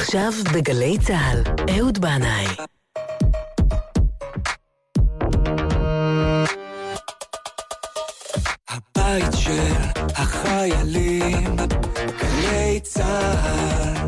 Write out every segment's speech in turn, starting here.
עכשיו בגלי צהל, אהוד בנאי. הבית של החיילים, גלי צהל.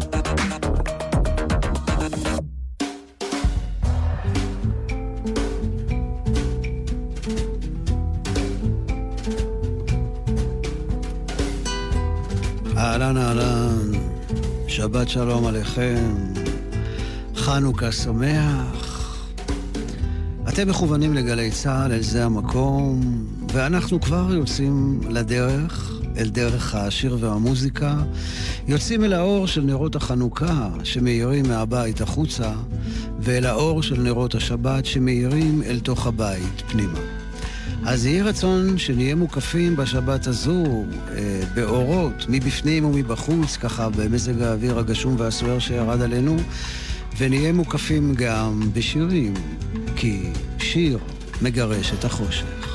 אהלן אהלן, שבת שלום עליכם, חנוכה שמח. אתם מכוונים לגלי צהל, אל זה המקום, ואנחנו כבר יוצאים לדרך, אל דרך השיר והמוזיקה, יוצאים אל האור של נרות החנוכה שמאירים מהבית החוצה, ואל האור של נרות השבת שמאירים אל תוך הבית פנימה. אז יהיה רצון שנהיה מוקפים בשבת הזו באורות, מבפנים ומבחוץ, ככה במזג האוויר הגשום והסוער שירד עלינו, ונהיה מוקפים גם בשירים, כי שיר מגרש את החושך.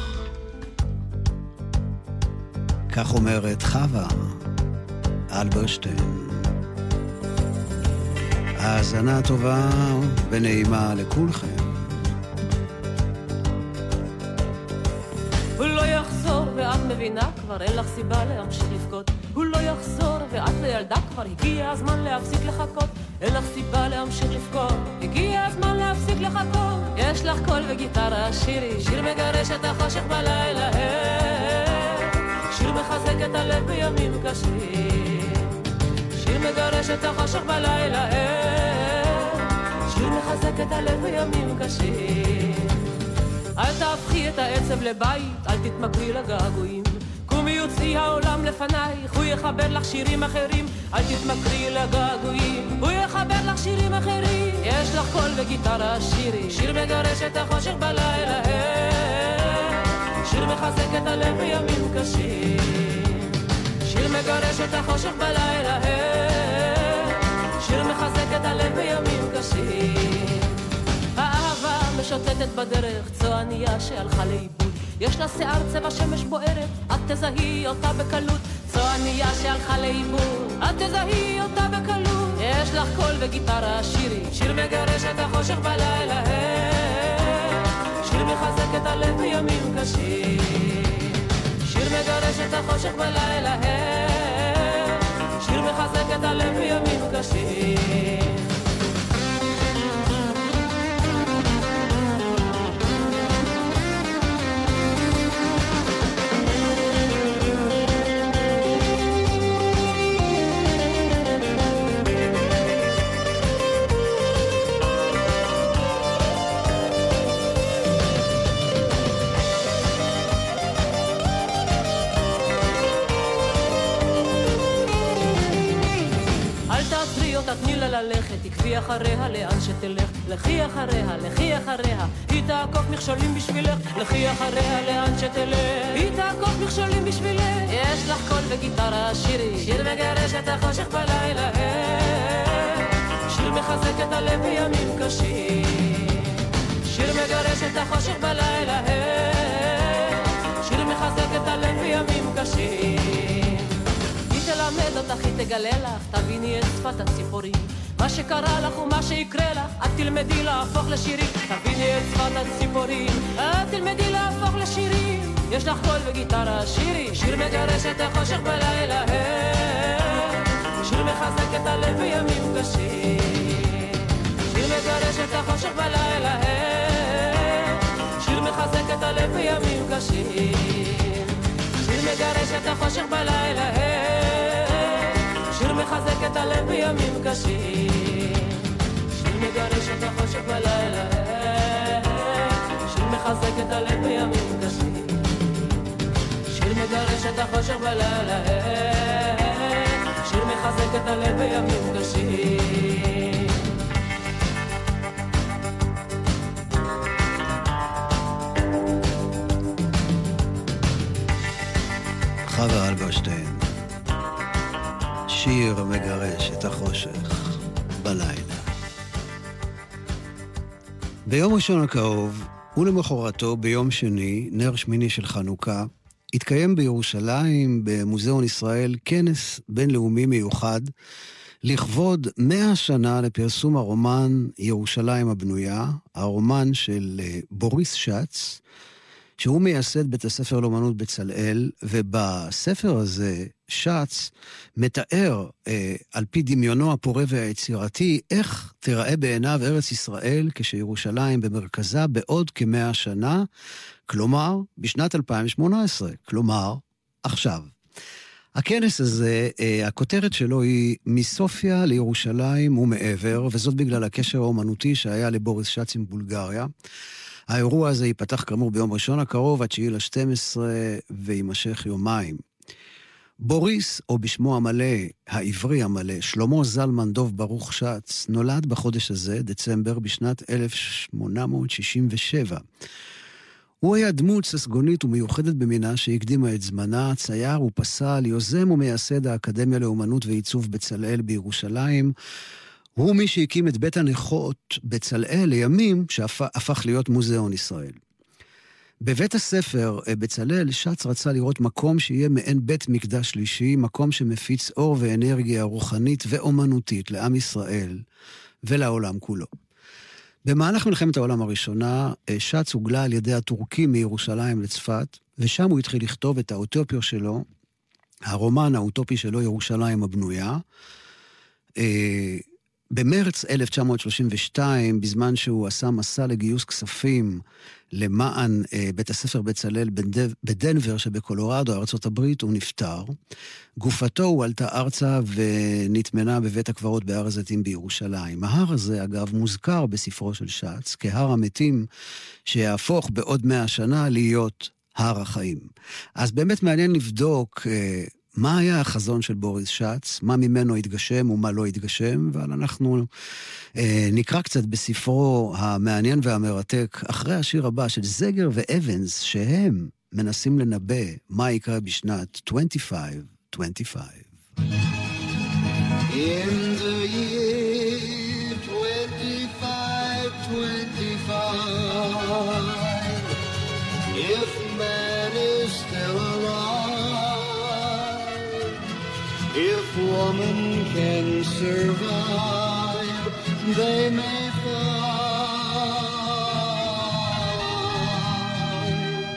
כך אומרת חווה אלברשטיין. האזנה טובה ונעימה לכולכם. הוא לא יחזור ואת מבינה כבר, אין לך סיבה להמשיך לבכות. הוא לא יחזור ואת לילדה כבר, הגיע הזמן להפסיק לחכות. אין לך סיבה להמשיך לבכות, הגיע הזמן להפסיק לחכות. יש לך קול וגיטרה, שירי, שיר מגרש את החושך בלילה, שיר מחזק את הלב בימים קשים. שיר מגרש את החושך בלילה, שיר מחזק את הלב בימים קשים. אל תהפכי את העצב לבית, אל תתמכרי לגעגועים. קומי יוצאי העולם לפנייך, הוא יחבר לך שירים אחרים. אל תתמכרי לגעגועים, הוא יחבר לך שירים אחרים. יש לך קול וגיטרה, שירי, שיר מגרש את החושך בלילה, שיר מחזק את הלב בימים קשים. שיר מגרש את החושך בלילה, שיר מחזק את הלב בימים קשים. האהבה משוטטת בדרך, צועניה שהלכה לאיבוד. יש לה שיער צבע שמש בוערת, את תזהי אותה בקלות. צועניה שהלכה לאיבוד, את תזהי אותה בקלות. יש לך קול וגיטרה, שירי, שיר מגרש את החושך בלילה, שיר מחזק את הלב בימים קשים. שיר מגרש את החושך בלילה, שיר מחזק את הלב בימים קשים. תתני לה ללכת, תקפי אחריה לאן שתלך. לכי אחריה, לכי אחריה, היא תעקוף מכשולים בשבילך. לכי אחריה לאן שתלך, היא תעקוף מכשולים בשבילך. יש לך קול וגיטרה, שירי, שיר מגרש את החושך בלילה, שיר מחזק את הלב בימים קשים. שיר מגרש את החושך בלילה, שיר מחזק את הלב בימים קשים. תלמד אותך, היא תגלה לך, תביני את שפת הציפורים. מה שקרה לך ומה שיקרה לך, את תלמדי להפוך לשירים. תביני את שפת הציפורים, את תלמדי להפוך לשירים. יש לך קול וגיטרה, שירי, שיר מגרש את החושך בלילה, שיר מחזק את הלב בימים קשים. שיר מגרש את החושך בלילה, שיר מחזק את הלב בימים קשים. שיר מגרש את החושך בלילה, שיר מחזק את הלב בימים קשים. שיר מגרש את החושך בלילה, שיר מחזק את הלב בימים קשים. שיר מגרש את החושך בלילה, שיר מחזק את הלב בימים קשים. חווה אלברשטיין, שיר מגרש את החושך בלילה. ביום ראשון הקרוב ולמחרתו ביום שני, נר שמיני של חנוכה, התקיים בירושלים במוזיאון ישראל כנס בינלאומי מיוחד לכבוד 100 שנה לפרסום הרומן ירושלים הבנויה, הרומן של בוריס שץ, שהוא מייסד בית הספר לאמנות בצלאל, ובספר הזה שץ מתאר על פי דמיונו הפורה והיצירתי איך תיראה בעיניו ארץ ישראל כשירושלים במרכזה בעוד כ100 שנה, כלומר בשנת 2018, כלומר עכשיו. הכנס הזה, הכותרת שלו היא מסופיה לירושלים ומעבר, וזאת בגלל הקשר האומנותי שהיה לבוריס שץ עם בולגריה. האירוע הזה ייפתח כאמור ביום ראשון הקרוב, 9/12, וימשך יומיים. בוריס, או בשמו המלא, העברי המלא, שלמה זלמן דוב ברוך שץ, נולד בחודש הזה, דצמבר, בשנת 1867. הוא היה דמות ססגונית ומיוחדת במינה שהקדימה את זמנה, צייר ופסל, יוזם ומייסד האקדמיה לאומנות ועיצוב בצלאל בירושלים. הוא מי שהקים את בית הנכות בצלאל לימים שהפך להיות מוזיאון ישראל. בבית הספר בצלאל שץ רצה לראות מקום שיהיה מעין בית מקדש שלישי, מקום שמפיץ אור ואנרגיה רוחנית ואומנותית לעם ישראל ולעולם כולו. במהלך מלחמת העולם הראשונה, שץ הוגלה על ידי הטורקים מירושלים לצפת, ושם הוא התחיל לכתוב את האוטופיה שלו, הרומן האוטופי שלו, ירושלים הבנויה. במרץ 1932, בזמן שהוא עשה מסע לגיוס כספים למען בית הספר בצלאל בדנבר שבקולורדו, ארצות הברית, הוא נפטר. גופתו הועלתה ארצה ונטמנה בבית הקברות בהר הזיתים בירושלים. ההר הזה, אגב, מוזכר בספרו של שץ כהר המתים שיהפוך בעוד 100 שנה להיות הר החיים. אז באמת מעניין לבדוק מה היה החזון של בוריס שץ, מה ממנו התגשם ומה לא התגשם, אבל אנחנו נקרא קצת בספרו המעניין והמרתק אחרי השיר הבא של זגר ואבנס, שהם מנסים לנבא מה יקרה בשנת 2525. In the year 2525, if man is still alive, if woman can survive, they may find.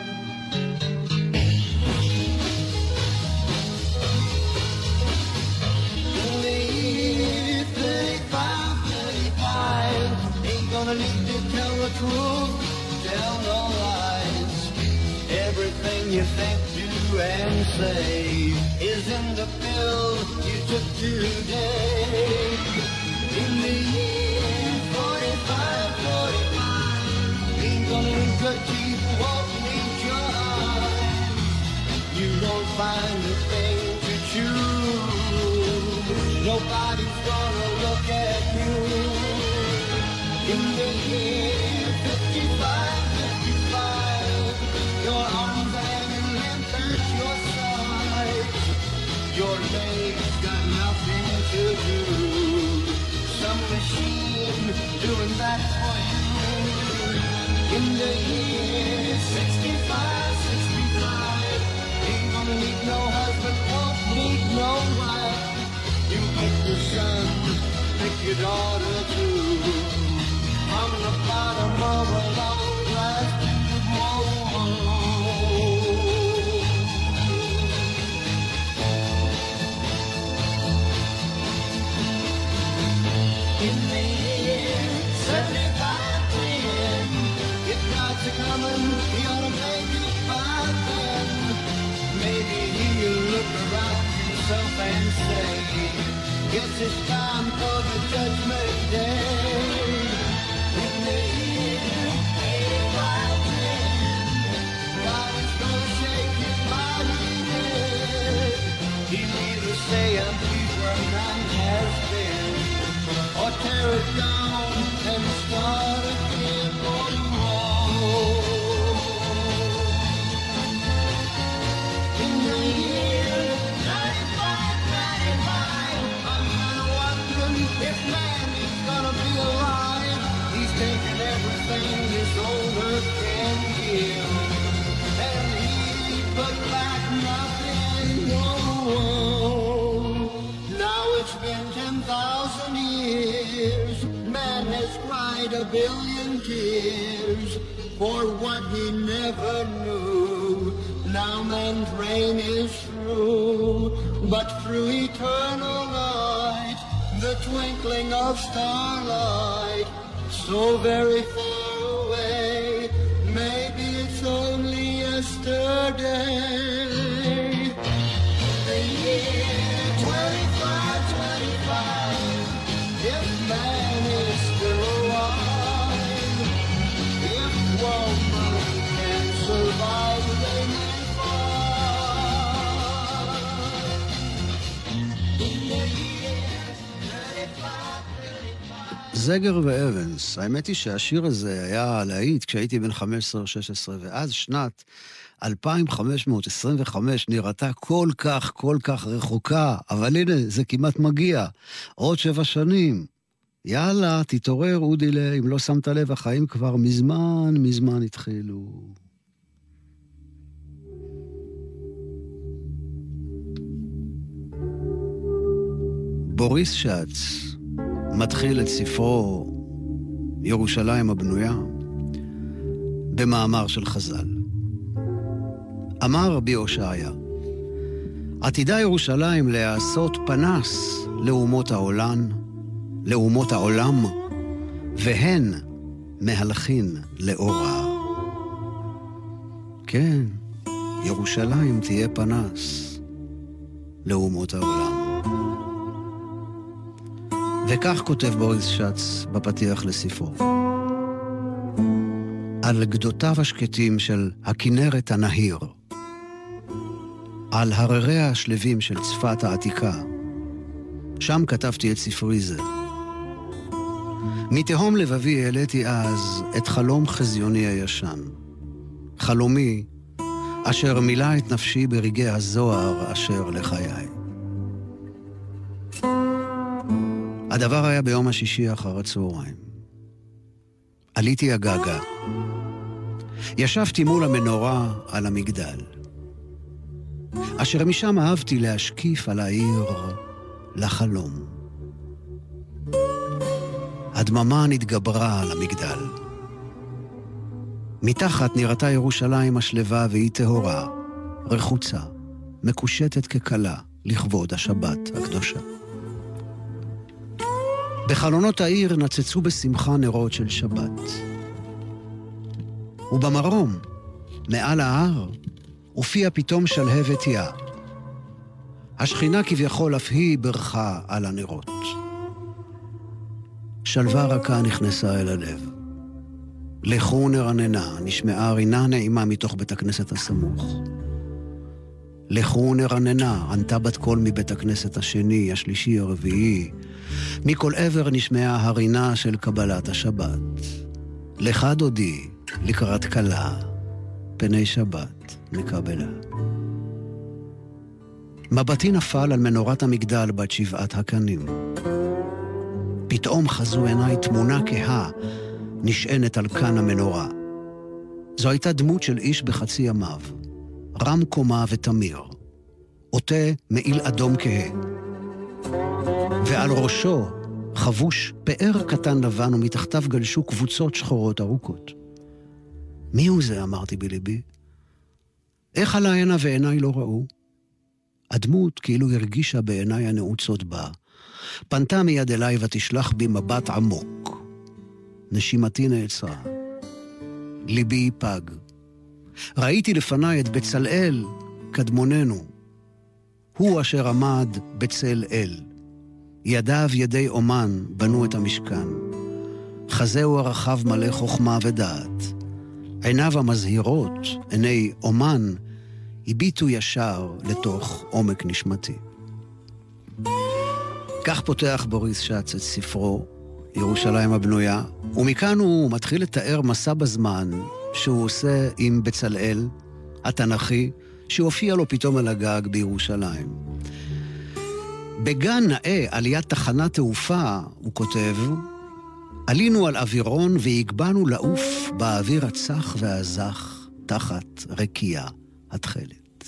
In the year 35, ain't gonna need to tell the truth, tell no lies. Everything you think, do, and say is in the pill you took today. In the year 45, ain't gonna lose your teeth, won't need your eyes. You won't find a thing to choose. Nobody's gonna look at you. In the year 55, your arms hanging limp at your side. Your legs got nothing to do. Some machine doing that for you. In the year 65, ain't gonna need no husband, won't need no wife. You pick your son, pick your daughter too. From the bottom of a long glass tube, in the year 75, if God's a-comin', he ought to make it by then. Maybe he'll look around himself and say, guess it's time for the judgment day. In the year 85, God is gonna shake his mighty head. He'll either say I'm deep where none has been, or tear it down and start again. In the year 95, I'm gonna wondering if man is gonna be alive. He's taking everything this old earth can give, and he put back nothing. Whoa. Now it's been 10,000 1,000 years, man has cried a billion tears for what he never knew. Now man's reign is through, but through eternal night, the twinkling of starlight, so very far away, maybe it's only yesterday. The year 2525, if man is still alive, if woman can survive, they may find. In the year 3525. זגר ואבנס. האמת היא שהשיר הזה היה להיט כשהייתי בן 15-16, ואז שנת 2525 נראתה כל כך רחוקה, אבל הנה, זה כמעט מגיע. עוד 7 שנים. יאללה, תתעורר אודילה, אם לא שמת לב, החיים כבר מזמן התחילו. בוריס שץ מתחיל את ספרו ירושלים הבנויה במאמר של חז"ל. אמר רבי הושעיה, עתידה ירושלים להעשות פנס לאומות העולם, והן מהלכין לאורה. כן, ירושלים תהיה פנס לאומות העולם. וכך כותב בוריס שץ בפתיח לספרו. על גדותיו השקטים של הכנרת הנהיר, על הרריה השלבים של צפת העתיקה, שם כתבתי את ספרי זה. מתהום לבבי העליתי אז את חלום חזיוני הישן. חלומי אשר מילא את נפשי ברגעי הזוהר אשר לחיי. הדבר היה ביום השישי אחר הצהריים. עליתי הגגה. ישבתי מול המנורה על המגדל, אשר משם אהבתי להשקיף על העיר לחלום. הדממה נתגברה על המגדל. מתחת נראתה ירושלים השלווה והיא טהורה, רחוצה, מקושטת כקלה לכבוד השבת הקדושה. בחלונות העיר נצצו בשמחה נרות של שבת. ובמרום, מעל ההר, הופיע פתאום שלהבת יה. השכינה כביכול אף היא ברכה על הנרות. שלווה רכה נכנסה אל הלב. לכו נרננה, נשמעה רינה נעימה מתוך בית הכנסת הסמוך. לכו נרננה, ענתה בת קול מבית הכנסת השני, השלישי, הרביעי. מכל עבר נשמעה הרינה של קבלת השבת. לך דודי, לקראת קלה, פני שבת מקבלה. מבטי נפל על מנורת המגדל בת 7 הקנים. פתאום חזו עיניי תמונה כהה נשענת על כאן המנורה. זו הייתה דמות של איש בחצי ימיו, רם קומה ותמיר, עוטה מעיל אדום כהה, ועל ראשו חבוש פאר קטן לבן ומתחתיו גלשו קבוצות שחורות ארוכות. מי הוא זה? אמרתי בליבי. איך עלה הנה ועיניי לא ראו? הדמות כאילו הרגישה בעיניי הנעוצות בה, פנתה מיד אליי ותשלח בי מבט עמוק. נשימתי נעצרה, ליבי פג. ראיתי לפניי את בצלאל קדמוננו, הוא אשר עמד בצל אל. ידיו ידי אומן בנו את המשכן, חזהו הרחב מלא חוכמה ודעת. עיניו המזהירות, עיני אומן, הביטו ישר לתוך עומק נשמתי. כך פותח בוריס שץ את ספרו, ירושלים הבנויה, ומכאן הוא מתחיל לתאר מסע בזמן שהוא עושה עם בצלאל, התנ"כי, שהופיע לו פתאום על הגג בירושלים. בגן נאה עליית תחנת תעופה, הוא כותב, עלינו על אווירון והגבנו לעוף באוויר הצח והזך תחת רקיע התכלת.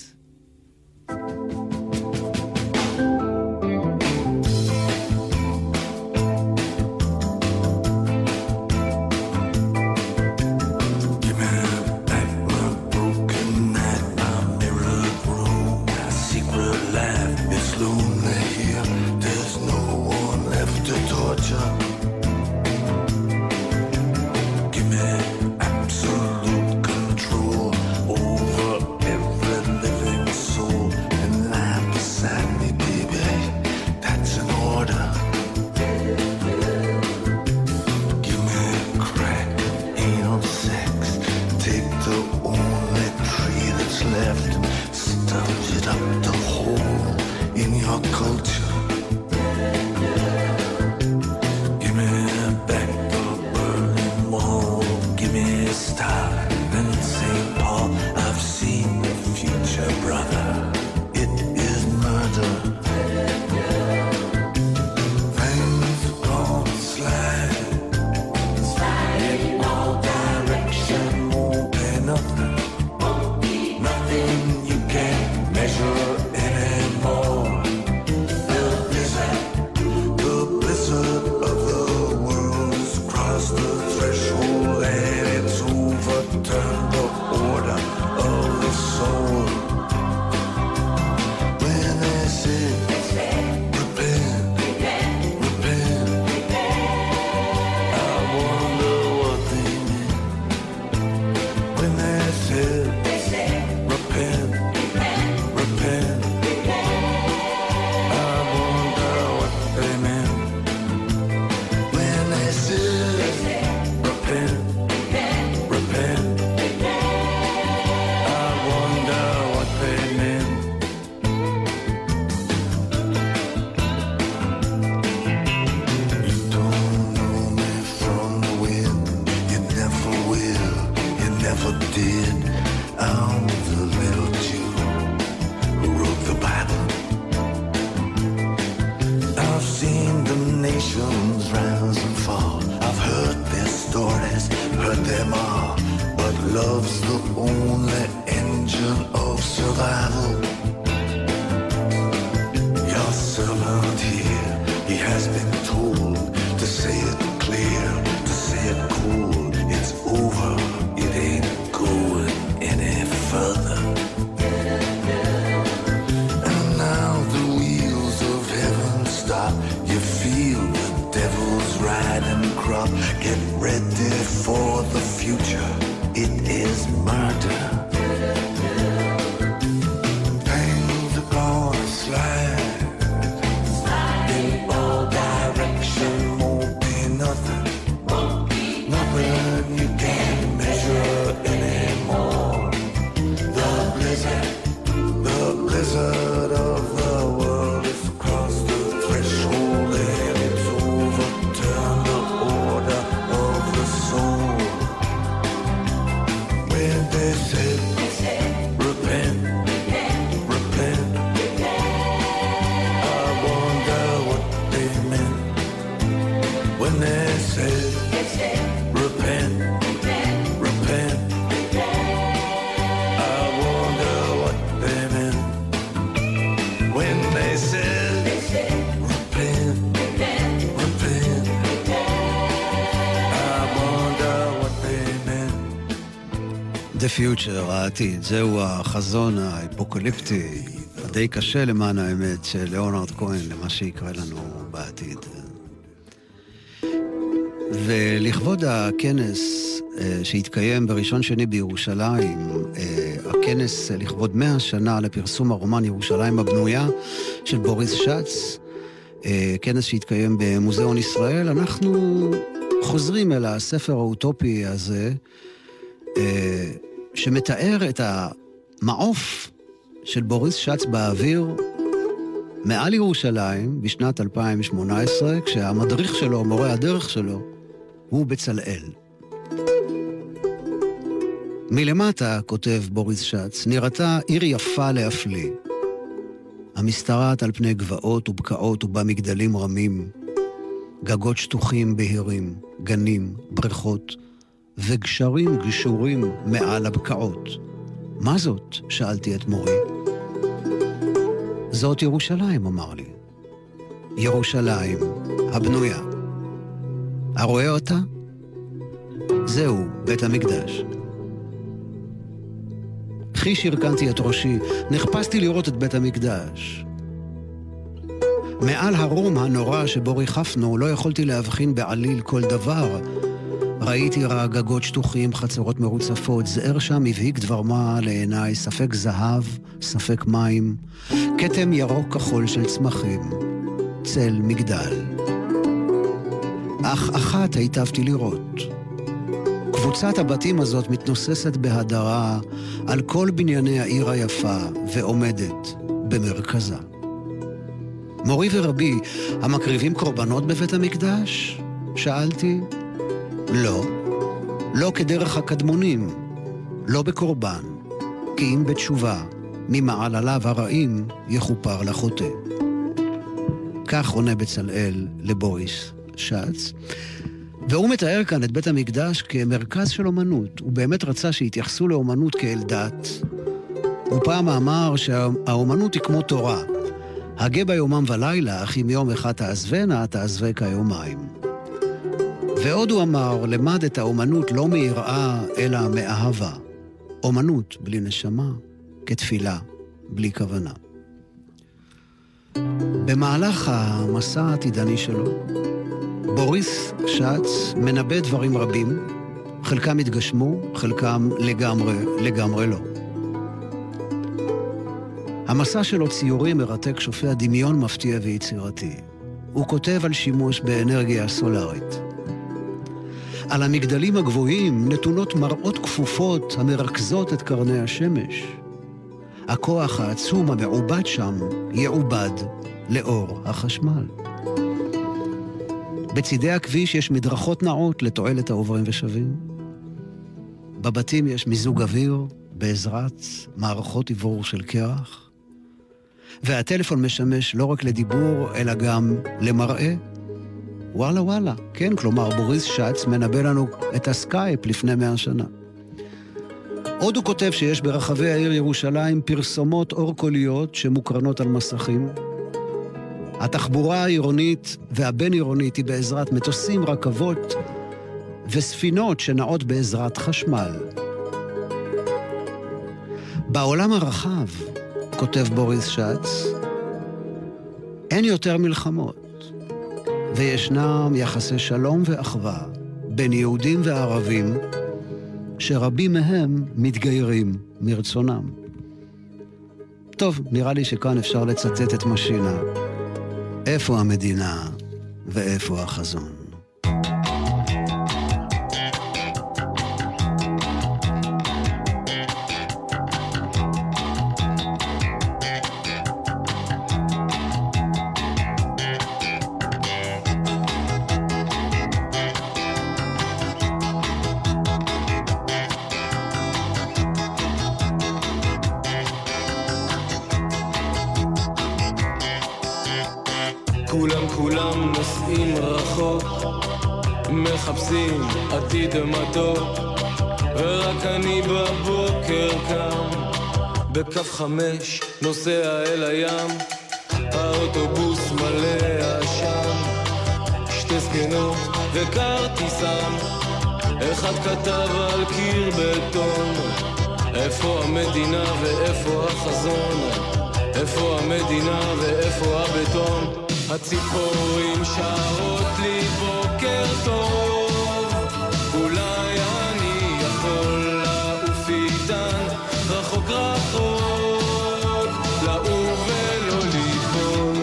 nations rise and fall. I've heard their stories, heard them all, but love's the only engine of survival. Your servant here, he has been told to say it clear, to say it cool. It's over, it ain't going any further. And now the wheels of heaven stop. You feel the devil's riding crop. Get ready for the future. It is murder. Things are gonna slide in all directions. Won't be nothing, nothing you can't measure anymore. The blizzard of the world is across the threshold, and it's overturned the order of the soul. When they said, repent, repent, I wonder what they meant. When they said, repent, repent, I wonder what they meant. When they said, repent, repent, I wonder what they meant. The Future, העתיד, זהו החזון האפוקליפטי, די קשה למען האמת של ליאונרד כהן למה שיקרה לנו בעתיד. ולכבוד הכנס שהתקיים בראשון שני בירושלים, הכנס לכבוד 100 שנה לפרסום הרומן ירושלים הבנויה של בוריס שץ, כנס שהתקיים במוזיאון ישראל, אנחנו חוזרים אל הספר האוטופי הזה, שמתאר את המעוף של בוריס שץ באוויר מעל ירושלים בשנת 2018, כשהמדריך שלו, מורה הדרך שלו, הוא בצלאל. מלמטה, כותב בוריס שץ, נראתה עיר יפה להפליא, המשתרעת על פני גבעות ובקעות ובה מגדלים רמים, גגות שטוחים בהירים, גנים, בריכות, וגשרים גשורים מעל הבקעות. מה זאת? שאלתי את מורי. זאת ירושלים, אמר לי. ירושלים הבנויה. הרואה אותה? זהו בית המקדש. חיש הרכנתי את ראשי, נחפשתי לראות את בית המקדש. מעל הרום הנורא שבו ריחפנו לא יכולתי להבחין בעליל כל דבר. ראיתי רק גגות שטוחים, חצרות מרוצפות, זער שם הבהיק דבר מה לעיניי, ספק זהב, ספק מים, כתם ירוק כחול של צמחים, צל מגדל. אך אחת היטבתי לראות. קבוצת הבתים הזאת מתנוססת בהדרה על כל בנייני העיר היפה ועומדת במרכזה. מורי ורבי, המקריבים קורבנות בבית המקדש? שאלתי. לא, לא כדרך הקדמונים, לא בקורבן, כי אם בתשובה, ממעלליו הרעים יכופר לחוטא. כך עונה בצלאל לבוריס שץ, והוא מתאר כאן את בית המקדש כמרכז של אומנות. הוא באמת רצה שיתייחסו לאומנות כאל דת. הוא פעם אמר שהאומנות היא כמו תורה. הגה בה יומם ולילה, אך אם יום אחד תעזבנה, תעזבה כיומיים. ועוד הוא אמר, למד את האומנות לא מיראה, אלא מאהבה. אומנות בלי נשמה, כתפילה בלי כוונה. במהלך המסע העתידני שלו, בוריס שץ מנבא דברים רבים, חלקם התגשמו, חלקם לגמרי לא. המסע שלו ציורי מרתק, שופע דמיון מפתיע ויצירתי. הוא כותב על שימוש באנרגיה סולארית. על המגדלים הגבוהים נתונות מראות כפופות המרכזות את קרני השמש. הכוח העצום המעובד שם יעובד לאור החשמל. בצידי הכביש יש מדרכות נעות לתועלת העוברים ושבים. בבתים יש מיזוג אוויר בעזרת מערכות עיבור של קרח. והטלפון משמש לא רק לדיבור, אלא גם למראה. וואלה וואלה, כן, כלומר בוריס שץ מנבא לנו את הסקייפ לפני 100 שנה. עוד הוא כותב שיש ברחבי העיר ירושלים פרסומות אור-קוליות שמוקרנות על מסכים. התחבורה העירונית והבין-עירונית היא בעזרת מטוסים, רכבות וספינות שנעות בעזרת חשמל. בעולם הרחב, כותב בוריס שץ, אין יותר מלחמות, וישנם יחסי שלום ואחווה בין יהודים וערבים, שרבים מהם מתגיירים מרצונם. טוב, נראה לי שכאן אפשר לצטט את משינה. איפה המדינה ואיפה החזון? כולם נוסעים רחוק, מחפשים עתיד מתוק, ורק אני בבוקר קם, בקו 5 נוסע אל הים, האוטובוס מלא עשן, שתי זקנות וכרטיסן, אחד כתב על קיר בטון, איפה המדינה ואיפה החזון, איפה המדינה ואיפה הבטון. הציפורים שרות לי בוקר טוב, אולי אני יכול לעוף איתן רחוק רחוק, לעוף ולא ליפול.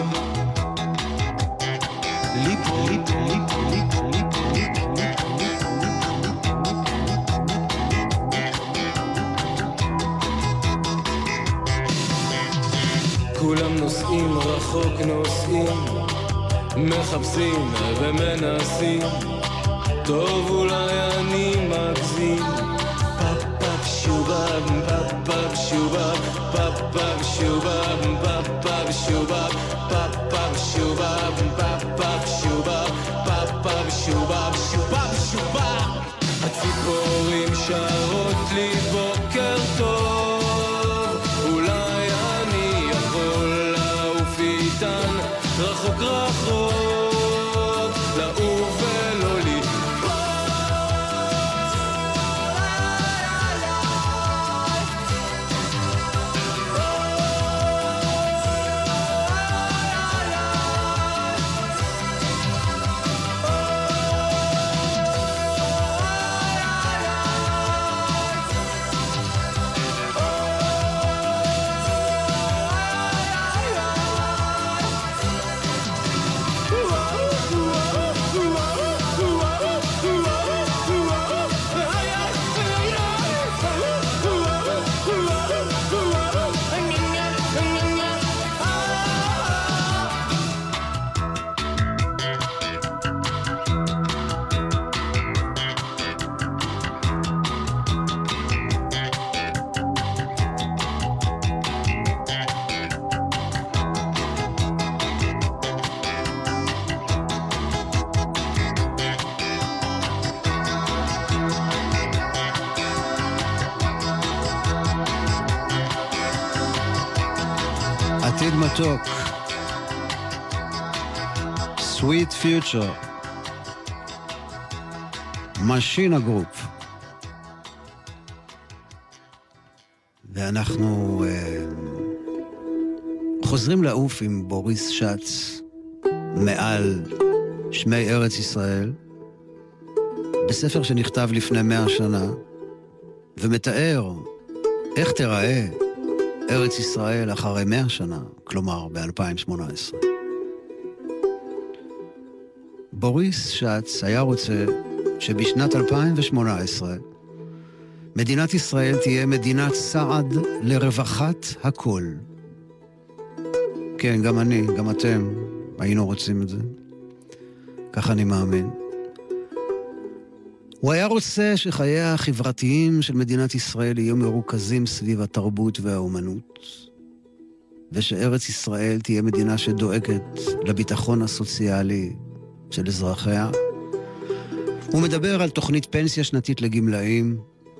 כולם נוסעים רחוק, נוסעים מחפשים ומנסים, טוב אולי אני מגזים. פאפ פאפ שובב, פאפ פאפ שובב, פאפ פאפ שובב, פאפ פאפ שובב, פאפ פאפ שובב, פאפ פאפ שובב, פאפ פאפ שובב, שובב שובב. הציפורים שרות לי בוקר טוב, אולי אני יכול לעוף איתן רחוק רחוק, לעוף ולא ליפול. עתיד מתוק, Sweet Future, משינה גרופ. ואנחנו חוזרים לעוף עם בוריס שץ מעל שמי ארץ ישראל, בספר שנכתב לפני 100 שנה, ומתאר איך תראה ארץ ישראל אחרי 100 שנה, כלומר ב-2018. בוריס שץ היה רוצה שבשנת 2018 מדינת ישראל תהיה מדינת סעד לרווחת הכל. כן, גם אני, גם אתם, היינו רוצים את זה. ככה אני מאמין. הוא היה רוצה שחייה החברתיים של מדינת ישראל יהיו מרוכזים סביב התרבות והאומנות, ושארץ ישראל תהיה מדינה שדואגת לביטחון הסוציאלי של אזרחיה. הוא מדבר על תוכנית פנסיה שנתית לגמלאים.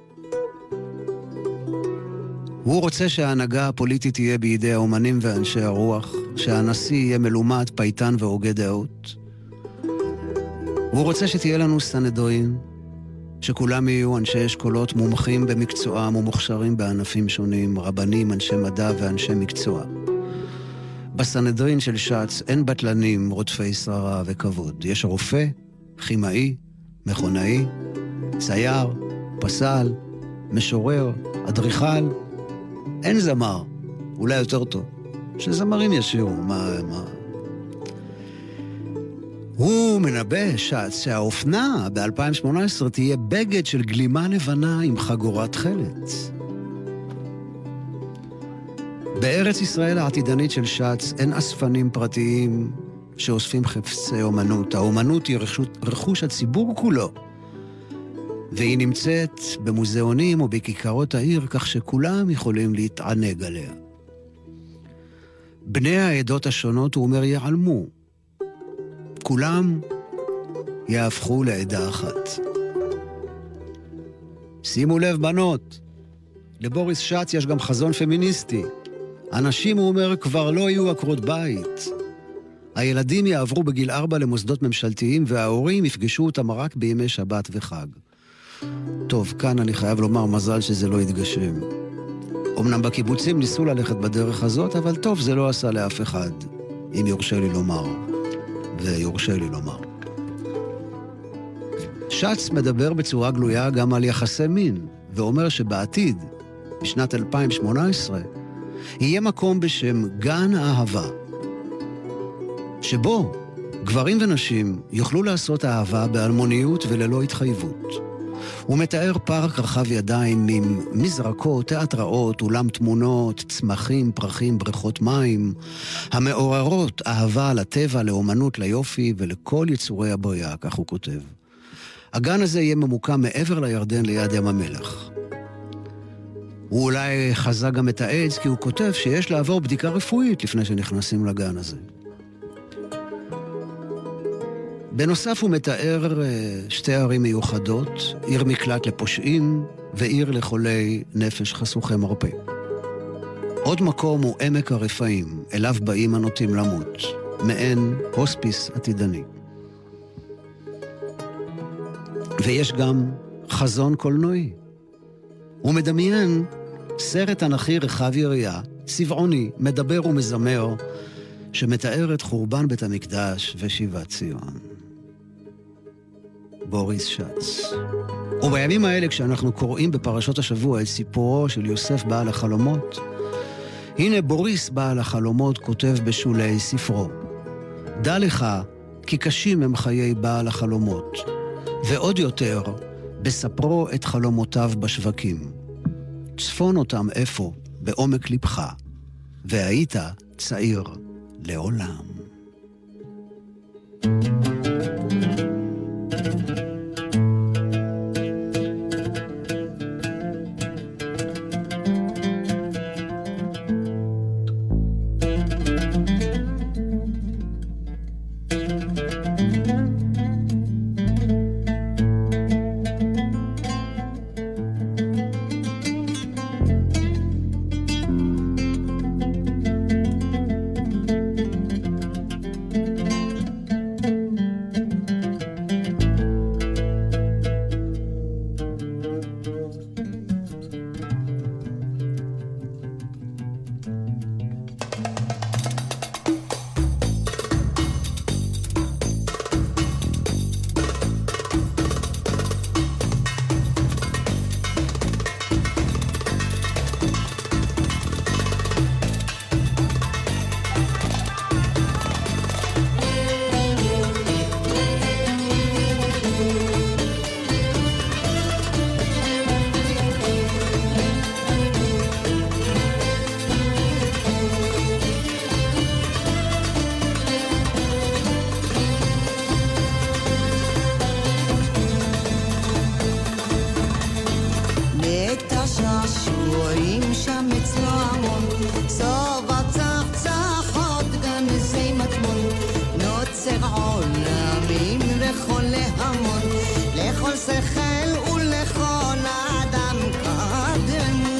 הוא רוצה שההנהגה הפוליטית תהיה בידי האומנים ואנשי הרוח, שהנשיא יהיה מלומד, פייטן והוגה דעות. הוא רוצה שתהיה לנו סנהדרין, שכולם יהיו אנשי אשכולות מומחים במקצועם ומוכשרים בענפים שונים, רבנים, אנשי מדע ואנשי מקצוע. בסנהדרין של שץ אין בטלנים, רודפי שררה וכבוד. יש רופא, כימאי, מכונאי, צייר, פסל, משורר, אדריכל. אין זמר, אולי יותר טוב, שזמרים ישירו, מה... הוא מנבא שץ שהאופנה ב-2018 תהיה בגד של גלימה לבנה עם חגורת חלץ. בארץ ישראל העתידנית של שץ אין אספנים פרטיים שאוספים חפצי אומנות. האומנות היא רכוש הציבור כולו, והיא נמצאת במוזיאונים או בכיכרות העיר, כך שכולם יכולים להתענג עליה. בני העדות השונות, הוא אומר, יעלמו. כולם יהפכו לעדה אחת. שימו לב, בנות, לבוריס שץ יש גם חזון פמיניסטי. אנשים, הוא אומר, כבר לא יהיו עקרות בית. הילדים יעברו בגיל 4 למוסדות ממשלתיים, וההורים יפגשו אותם רק בימי שבת וחג. טוב, כאן אני חייב לומר מזל שזה לא יתגשם. אמנם בקיבוצים ניסו ללכת בדרך הזאת, אבל טוב, זה לא עשה לאף אחד, אם יורשה לי לומר. ויורשה לי לומר. שץ מדבר בצורה גלויה גם על יחסי מין, ואומר שבעתיד, בשנת 2018, יהיה מקום בשם גן האהבה, שבו גברים ונשים יוכלו לעשות אהבה באלמוניות וללא התחייבות. הוא מתאר פארק רחב ידיים עם מזרקות, תיאטראות, אולם תמונות, צמחים, פרחים, בריכות מים, המעוררות אהבה לטבע, לאומנות, ליופי ולכל יצורי הבריאה, כך הוא כותב. הגן הזה יהיה ממוקם מעבר לירדן ליד ים המלח. הוא אולי חזה גם את העץ, כי הוא כותב שיש לעבור בדיקה רפואית לפני שנכנסים לגן הזה. בנוסף הוא מתאר שתי ערים מיוחדות, עיר מקלט לפושעים ועיר לחולי נפש חשוכי מרפא. עוד מקום הוא עמק הרפאים, אליו באים הנוטים למות, מעין הוספיס עתידני. ויש גם חזון קולנועי. הוא מדמיין סרט תנ"כי רחב יריעה, צבעוני, מדבר ומזמר, שמתאר את חורבן בית המקדש ושיבת ציון. בוריס שץ. ובימים האלה, כשאנחנו קוראים בפרשות השבוע את סיפורו של יוסף בעל החלומות, הנה בוריס בעל החלומות כותב בשולי ספרו, דע לך כי קשים הם חיי בעל החלומות, ועוד יותר בספרו את חלומותיו בשווקים. צפון אותם איפה בעומק לבך, והיית צעיר לעולם. עולמי שכל ולכל האדם קדמו.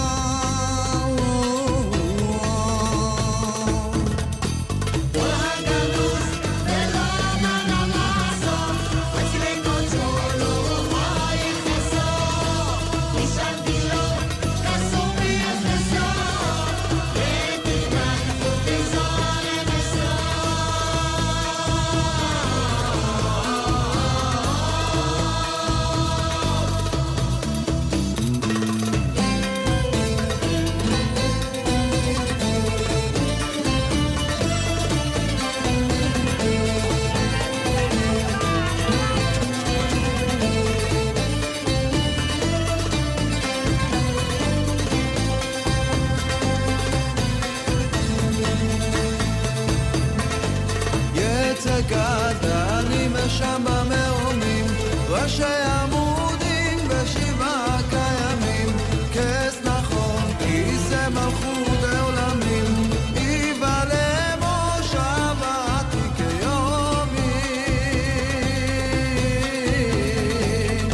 כל הגנוז ולא ננמסו, אצלי קוצ'ולו רואי חסו, נשארתי לו קסום ביחסו, ותימן ותזור למסו. גדלים שם במרומים, ראשי עמודים בשבעה קיימים, כס נכון כי זה מלכות העולמים, יבלה מושבתי כיומים.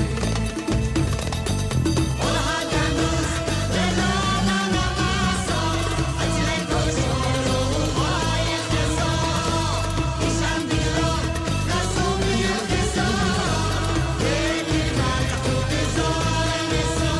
כל הגנוז ולא ננמסו, אצלי קוצ'ולו רואי חסו, נשארתי לו קסום ביחסו, ותימן ותזור למסו.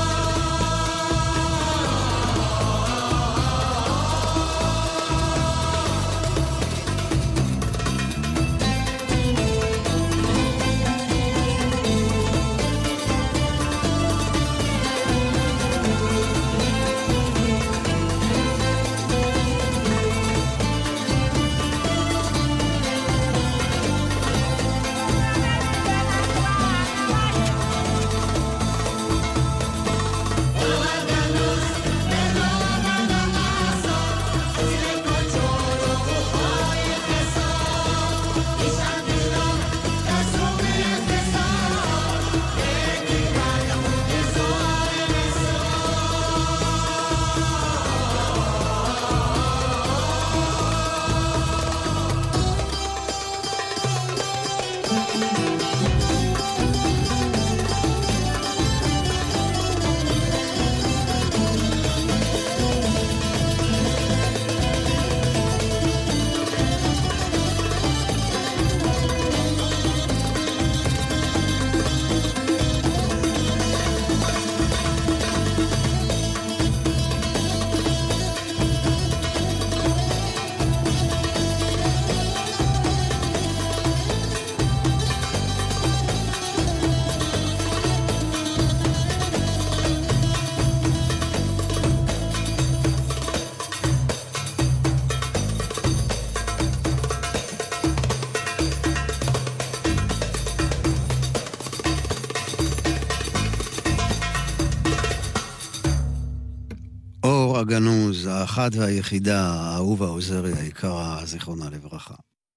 אור הגנוז, האחת והיחידה, האהובה עוזרי היקרה, זיכרונה לברכה.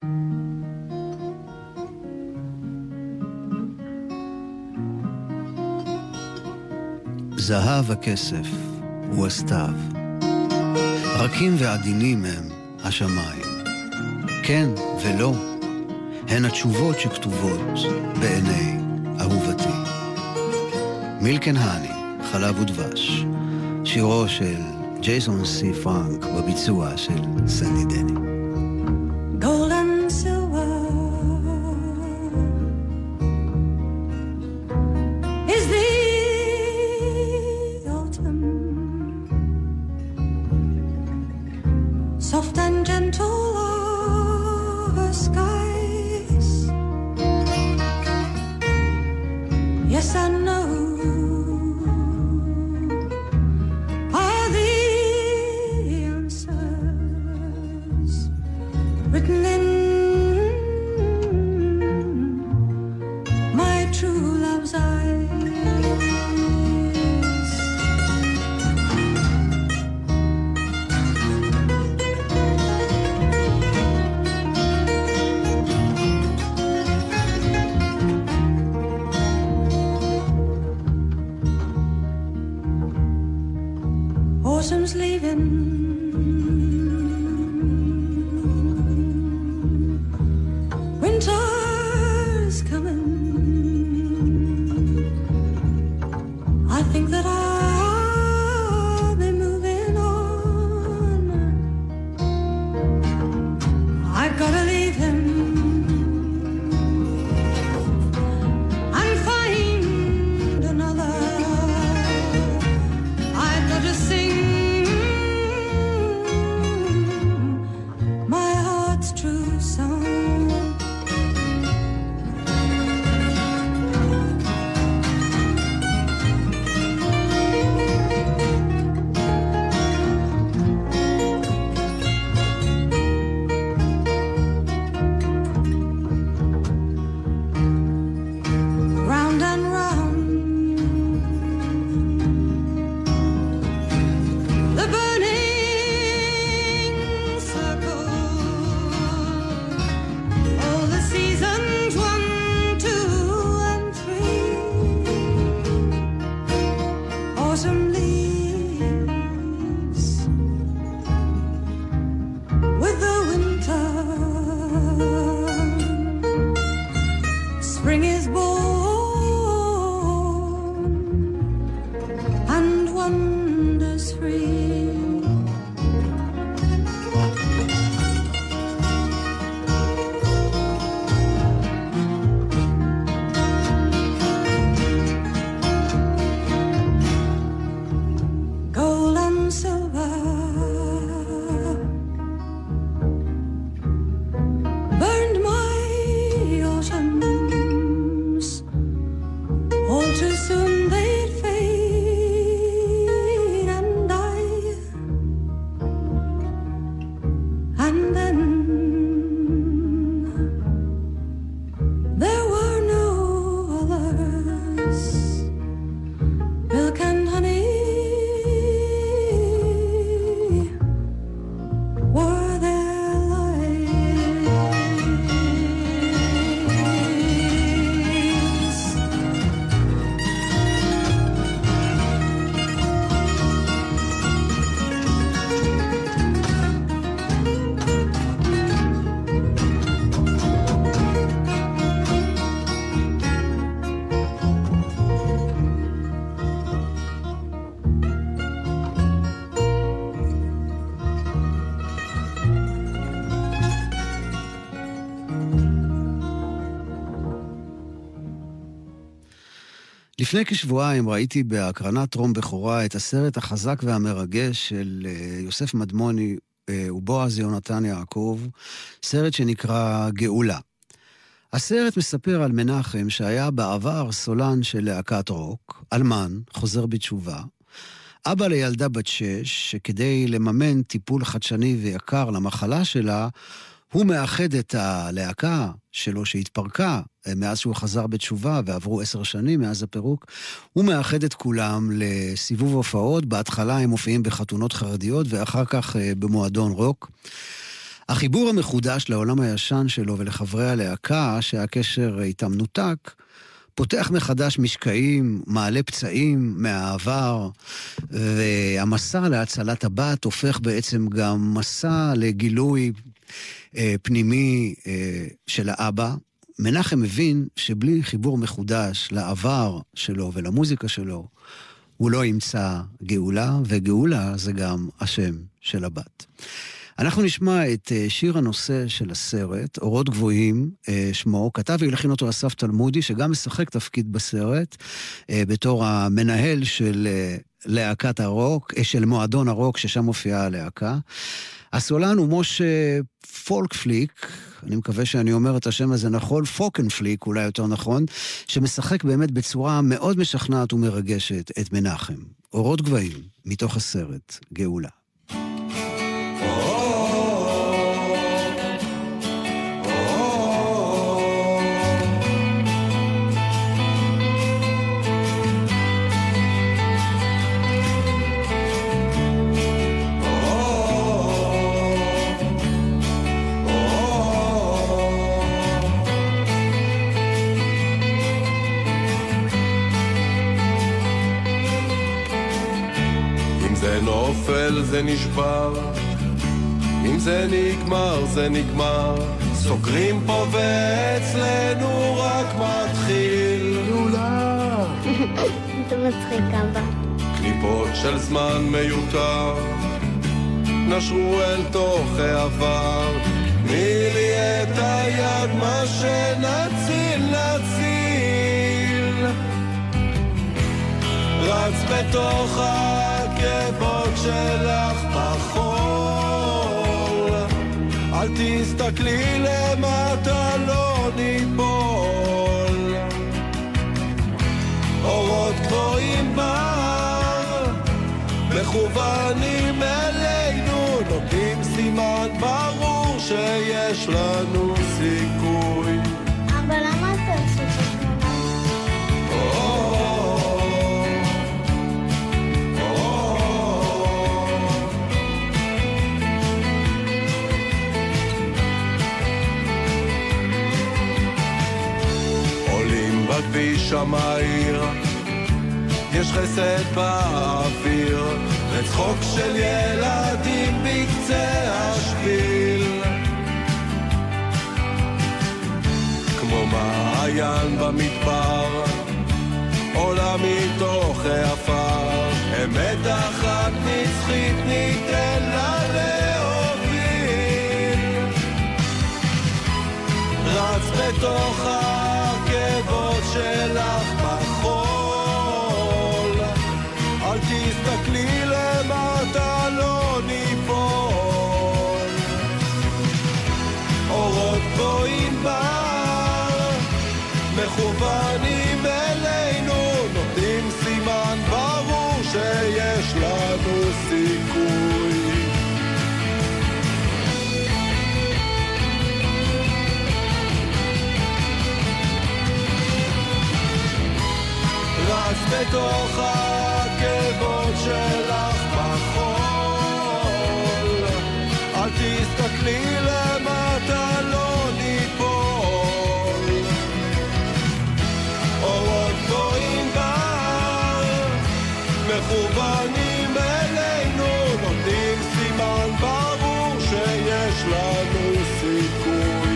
זהב הכסף הוא הסתיו, רכים ועדינים הם השמיים. כן ולא, הן התשובות שכתובות בעיני אהובתי. מילקן הני, חלב ודבש, שירו של ג'ייסון סי פרנק בביצוע של סנדי דני. Gold and silver is the autumn, soft and gentle are her skies. Yes, I know are the answers written in my true love's eyes. Autumn's leaving, winter's coming. spring is born and wonders free. Gold and silver burned my oceans, all too soon they'd fade and die, and then there were no others. Milk and honey were their lives. לפני כשבועיים ראיתי בהקרנת טרום בכורה את הסרט החזק והמרגש של יוסף מדמוני ובועז יונתן יעקב, סרט שנקרא גאולה. הסרט מספר על מנחם שהיה בעבר סולן של להקת רוק, אלמן, חוזר בתשובה, אבא לילדה בת 6, שכדי לממן טיפול חדשני ויקר למחלה שלה, הוא מאחד את הלהקה שלו שהתפרקה מאז שהוא חזר בתשובה, ועברו 10 שנים מאז הפירוק, הוא מאחד את כולם לסיבוב הופעות. בהתחלה הם מופיעים בחתונות חרדיות, ואחר כך במועדון רוק. החיבור המחודש לעולם הישן שלו ולחברי הלהקה, שהקשר איתם נותק, פותח מחדש משקעים, מעלה פצעים מהעבר, והמסע להצלת הבת הופך בעצם גם מסע לגילוי פנימי של האבא. מנחם מבין שבלי חיבור מחודש לעבר שלו ולמוזיקה שלו, הוא לא ימצא גאולה, וגאולה זה גם השם של הבת. אנחנו נשמע את שיר הנושא של הסרט, אורות גבוהים, שמו, כתב והלחין אותו אסף תלמודי, שגם משחק תפקיד בסרט, בתור המנהל של להקת הרוק, של מועדון הרוק, ששם מופיעה הלהקה. הסולן הוא משה פולקפליק, אני מקווה שאני אומר את השם הזה נכון, פוקנפליק אולי יותר נכון, שמשחק באמת בצורה מאוד משכנעת ומרגשת את מנחם. אורות גבוהים, מתוך הסרט, גאולה. נופל זה נשבר, אם זה נגמר זה נגמר, סוגרים פה ואצלנו רק מתחיל גאולה. אתה מצחיק אבא. קליפות של זמן מיותר נשרו אל תוך העבר, תני לי את היד מה שנציל נציל, רץ בתוך הכבוד שלך בחול, אל תסתכלי למטה לא ניפול, אורות גבוהים בר מכוונים אלינו, נותנים סימן ברור שיש לנו סיכוי. אבל למה אתה עושה את בכביש המהיר יש חסד באוויר, וצחוק של ילדים בקצה השביל, כמו מעיין במדבר, עולה מתוך העפר, אמת אחת נצחית ניתן לה להוביל. רץ בתוך העקבות שלך בחול, אל תסתכלי למטה לא ניפול. אורות גבוהים בר מכוונים אלינו, נותנים סימן ברור שיש לנו סיכוי. רץ בתוך העקבות שלך בחול, אל תסתכלי למטה לא ניפול. אורות גבוהים בר מכוונים אלינו, נותנים סימן ברור שיש לנו סיכוי.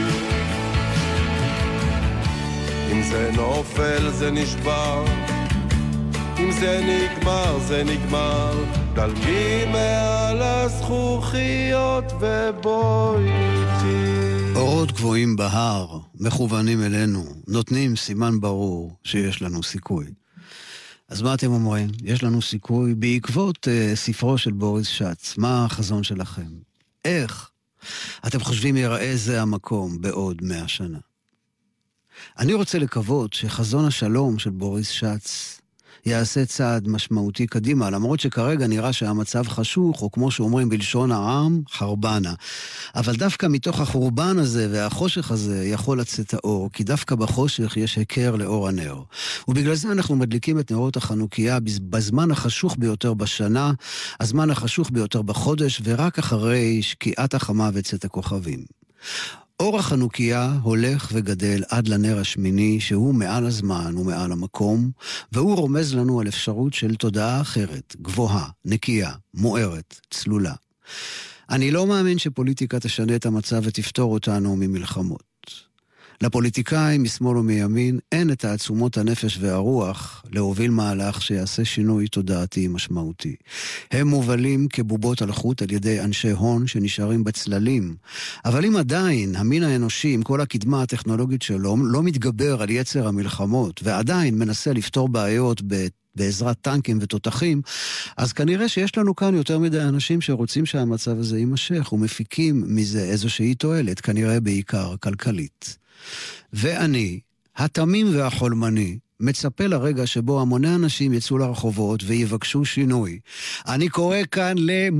אם זה נופל זה נשבר, אם זה נגמר זה נגמר, דלגי מעל הזכוכיות ובואי איתי. אורות גבוהים בהר, מכוונים אלינו, נותנים סימן ברור שיש לנו סיכוי. אז מה אתם אומרים? יש לנו סיכוי בעקבות ספרו של בוריס שץ. מה החזון שלכם? איך אתם חושבים יראה זה המקום בעוד 100 שנה? אני רוצה לקוות שחזון השלום של בוריס שץ יעשה צעד משמעותי קדימה, למרות שכרגע נראה שהמצב חשוך, או כמו שאומרים בלשון העם, חרבנה. אבל דווקא מתוך החורבן הזה והחושך הזה יכול לצאת האור, כי דווקא בחושך יש הכר לאור הנר. ובגלל זה אנחנו מדליקים את נרות החנוכיה בזמן החשוך ביותר בשנה, הזמן החשוך ביותר בחודש, ורק אחרי שקיעת החמה וצאת הכוכבים. אור החנוכיה הולך וגדל עד לנר השמיני, שהוא מעל הזמן ומעל המקום, והוא רומז לנו על אפשרות של תודעה אחרת, גבוהה, נקייה, מוארת, צלולה. אני לא מאמין שפוליטיקה תשנה את המצב ותפתור אותנו ממלחמות. לפוליטיקאים משמאל ומימין אין את תעצומות הנפש והרוח להוביל מהלך שיעשה שינוי תודעתי משמעותי. הם מובלים כבובות על חוט על ידי אנשי הון שנשארים בצללים, אבל אם עדיין המין האנושי עם כל הקדמה הטכנולוגית שלו לא מתגבר על יצר המלחמות ועדיין מנסה לפתור בעיות בעזרת טנקים ותותחים, אז כנראה שיש לנו כאן יותר מדי אנשים שרוצים שהמצב הזה יימשך ומפיקים מזה איזושהי תועלת, כנראה בעיקר כלכלית. ואני, התמים והחולמני, מצפה לרגע שבו המוני אנשים יצאו לרחובות ויבקשו שינוי. אני קורא כאן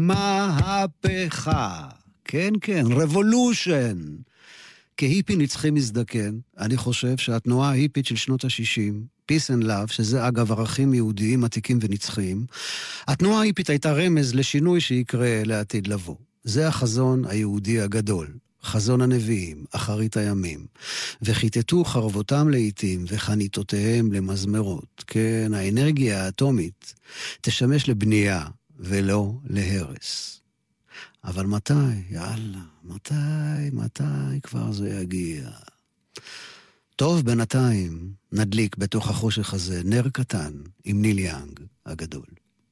למהפכה. כן, כן, רבולושן. כהיפי נצחי מזדקן, אני חושב שהתנועה ההיפית של שנות ה-60, Peace and Love, שזה אגב ערכים יהודיים עתיקים ונצחיים, התנועה ההיפית הייתה רמז לשינוי שיקרה לעתיד לבוא. זה החזון היהודי הגדול. חזון הנביאים, אחרית הימים, וחיטטו חרבותם לעתים וחניתותיהם למזמרות. כן, האנרגיה האטומית תשמש לבנייה ולא להרס. אבל מתי, יאללה, מתי כבר זה יגיע? טוב, בינתיים נדליק בתוך החושך הזה נר קטן עם ניל יאנג הגדול.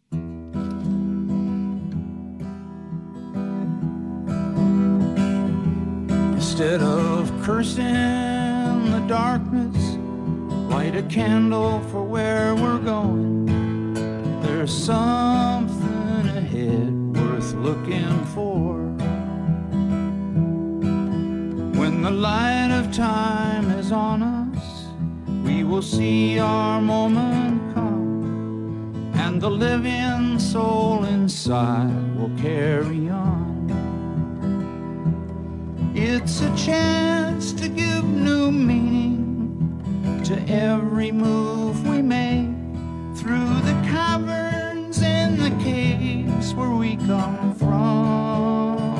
Instead of cursing the darkness, light a candle for where we're going. There's something ahead worth looking for. When the light of time is on us, we will see our moment come, and the living soul inside will carry on. It's a chance to give new meaning to every move we make through the caverns and the caves where we come from.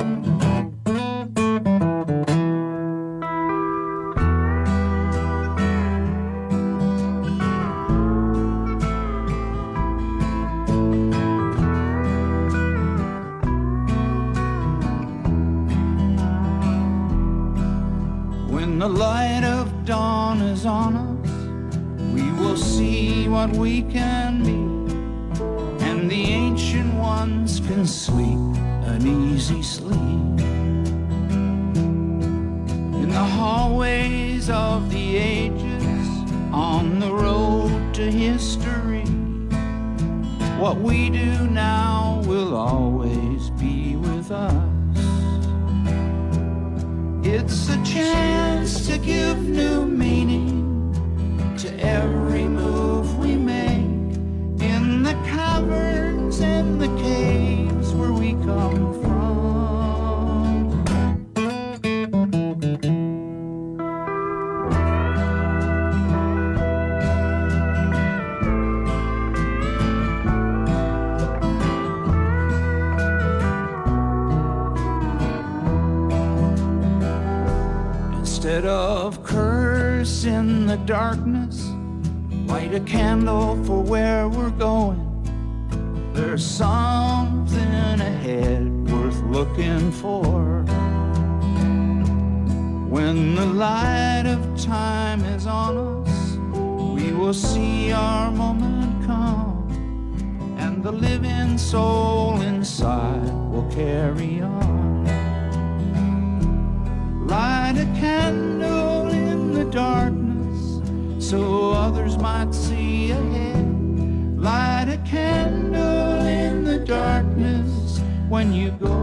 The light of dawn is on us, we will see what we can be, and the ancient ones can sleep an easy sleep. In the hallways of the ages, on the road to history, what we do now will always be with us. It's a chance to give new meaning to every move we make, in the caverns and the caves where we come from. Instead of curse in the darkness, light a candle for where we're going. There's something ahead worth looking for. When the light of time is on us, we will see our moment come, and the living soul inside will carry on. Light a candle in the darkness so others might see ahead. Light a candle in the darkness when you go.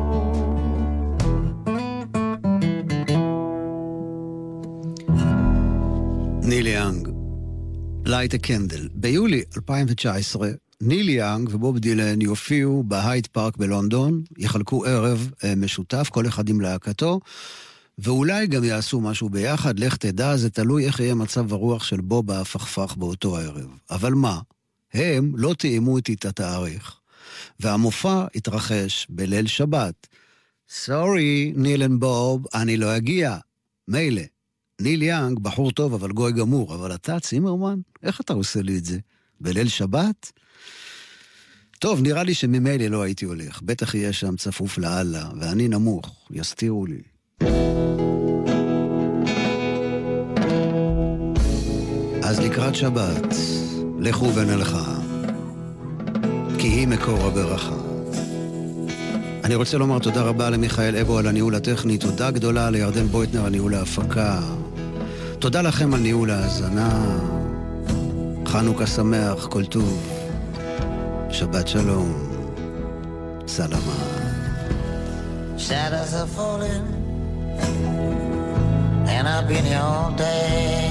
ניל יאנג, Light a Candle. ביולי 2019 ניל יאנג ובוב דילן יופיעו בהייד פארק בלונדון, יחלקו ערב משותף, כל אחד עם להקתו, ואולי גם יעשו משהו ביחד, לך תדע, זה תלוי איך יהיה מצב הרוח של בוב ההפכפך באותו הערב. אבל מה? הם לא תאימו איתי את התאריך, והמופע התרחש בליל שבת. סורי, ניל ובוב, אני לא אגיע. מילא, ניל יאנג, בחור טוב אבל גוי גמור, אבל אתה, צימרמן, איך אתה עושה לי את זה? בליל שבת? טוב, נראה לי שממילא לא הייתי הולך, בטח יהיה שם צפוף לאללה, ואני נמוך, יסתירו לי. אז לקראת שבת, לכו ונלכה, כי היא מקור הברכה. אני רוצה לומר תודה רבה למיכאל אבו על הניהול הטכני, תודה גדולה לירדן בויטנר על ניהול ההפקה, תודה לכם על ניהול ההאזנה, חנוכה שמח, כל טוב, שבת שלום, סלמה. Shadows are falling and I've been here all day.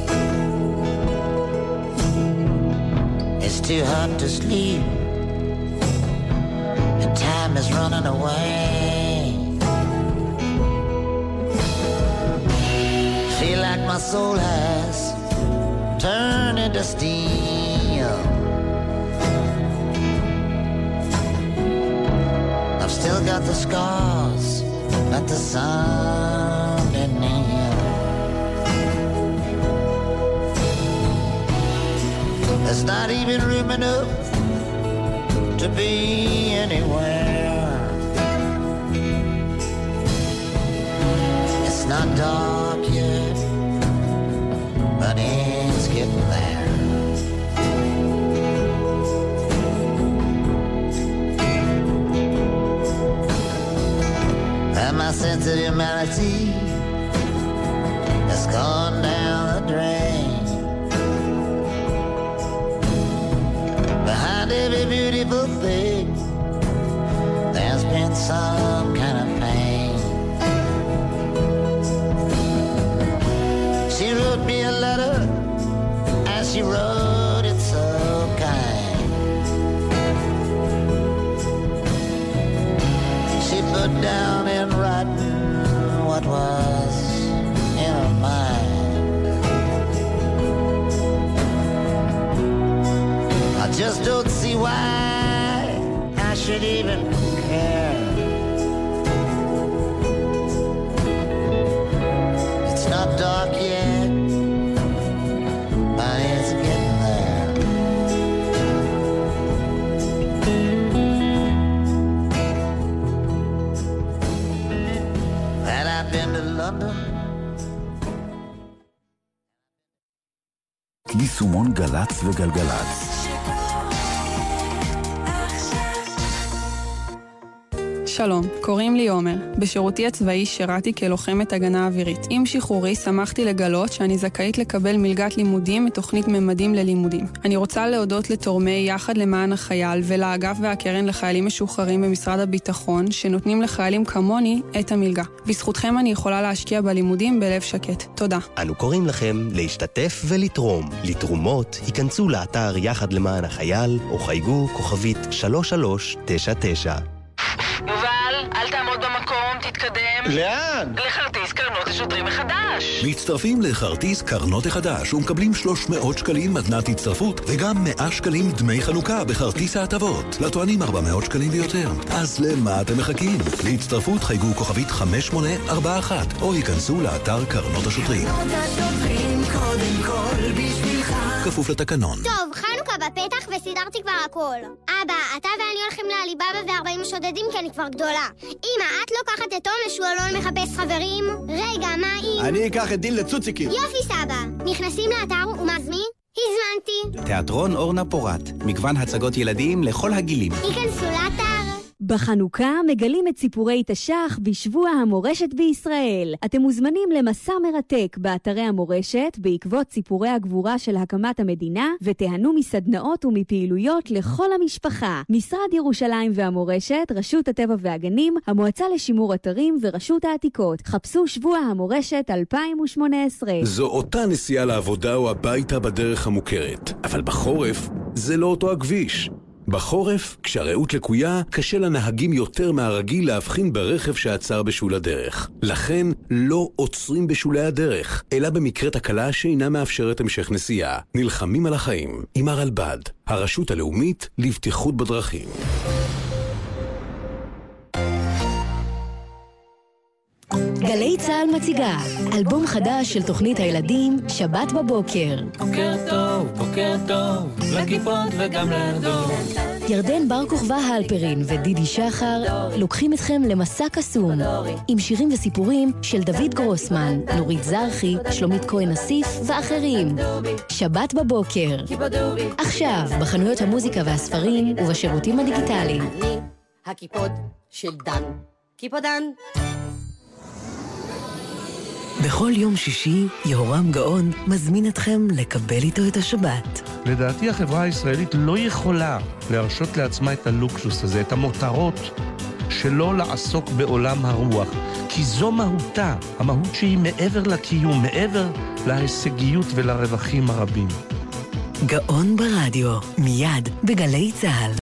It's too hot to sleep and time is running away. Feel like my soul has turned into steel. I've still got the scars that the sun didn't heal. There's not even room enough to be anywhere. It's not dark yet, but it's getting there. And my sense of humanity has gone down the drain. Behind every beautiful thing, there's been some kind of pain. She wrote me a letter, and she wrote it so kind. She put down in writing what was in her mind. I just don't see why I should even care. It's not dark yet, but it's getting there. And I've been to London יישומון גלץ וגלגלץ. שלום, קוראים לי עומר. בשירותי הצבאי שירתי כלוחמת הגנה אווירית. עם שחרורי שמחתי לגלות שאני זכאית לקבל מלגת לימודים מתוכנית ממדים ללימודים. אני רוצה להודות לתורמי יחד למען החייל ולאגף והקרן לחיילים משוחררים במשרד הביטחון שנותנים לחיילים כמוני את המלגה. בזכותכם אני יכולה להשקיע בלימודים בלב שקט. תודה. אנו קוראים לכם להשתתף ולתרום. לתרומות, היכנסו לאתר יחד למען החייל או חייגו כוכבית 3399. יובל, אל תעמוד במקום, תתקדם. לאן? לכרטיס קרנות השוטרים מחדש. מצטרפים לכרטיס קרנות החדש ומקבלים 300 שקלים מתנת הצטרפות וגם 100 שקלים דמי חנוכה בכרטיס ההטבות. לטוענים 400 שקלים ויותר. אז למה אתם מחכים? להצטרפות חייגו כוכבית 5841 או ייכנסו לאתר קרנות השוטרים. קרנות השוטרים קודם כל בשבילך. כפוף לתקנון. טוב, חנוכה בפתח וסידרתי כבר הכל. אבא, אתה ואני הולכים לאליבאבא ו40 שודדים כי אני כבר גדולה. אמא, את לוקחת את תום לשועלון מחפש חברים? רגע, מה אם? אני אקח את דין לצוציקים. יופי סבא. נכנסים לאתר ומזמין? הזמנתי. תיאטרון אורנה פורט. מגוון הצגות ילדים לכל הגילים. היכנסו לאתר. בחנוכה מגלים את סיפורי תש"ח בשבוע המורשת בישראל. אתם מוזמנים למסע מרתק באתרי המורשת בעקבות סיפורי הגבורה של הקמת המדינה, ותיהנו מסדנאות ומפעילויות לכל המשפחה. משרד ירושלים והמורשת, רשות הטבע והגנים, המועצה לשימור אתרים ורשות העתיקות. חפשו שבוע המורשת 2018. זו אותה נסיעה לעבודה או הביתה בדרך המוכרת, אבל בחורף זה לא אותו הכביש. בחורף, כשהראות לקויה, קשה לנהגים יותר מהרגיל להבחין ברכב שעצר בשול הדרך. לכן, לא עוצרים בשולי הדרך, אלא במקרה תקלה שאינה מאפשרת המשך נסיעה. נלחמים על החיים עם הרלב"ד, הרשות הלאומית לבטיחות בדרכים. גלי צהל מציגה אלבום חדש של תוכנית הילדים שבת בבוקר. בוקר טוב, לכיפות וגם לדור. ירדן בר כוכבא הלפרין ודידי שחר לוקחים אתכם למסע קסום עם שירים וסיפורים של דוד גרוסמן, נורית זרחי, שלומית כהן אסיף ואחרים. שבת בבוקר, עכשיו בחנויות המוזיקה והספרים ובשירותים הדיגיטליים. אני הכיפוד של דן. כיפודן. בכל יום שישי, יהורם גאון מזמין אתכם לקבל איתו את השבת. לדעתי החברה הישראלית לא יכולה להרשות לעצמה את הלוקסוס הזה, את המותרות שלא לעסוק בעולם הרוח. כי זו מהותה, המהות שהיא מעבר לקיום, מעבר להישגיות ולרווחים הרבים. גאון ברדיו, מיד בגלי צהל.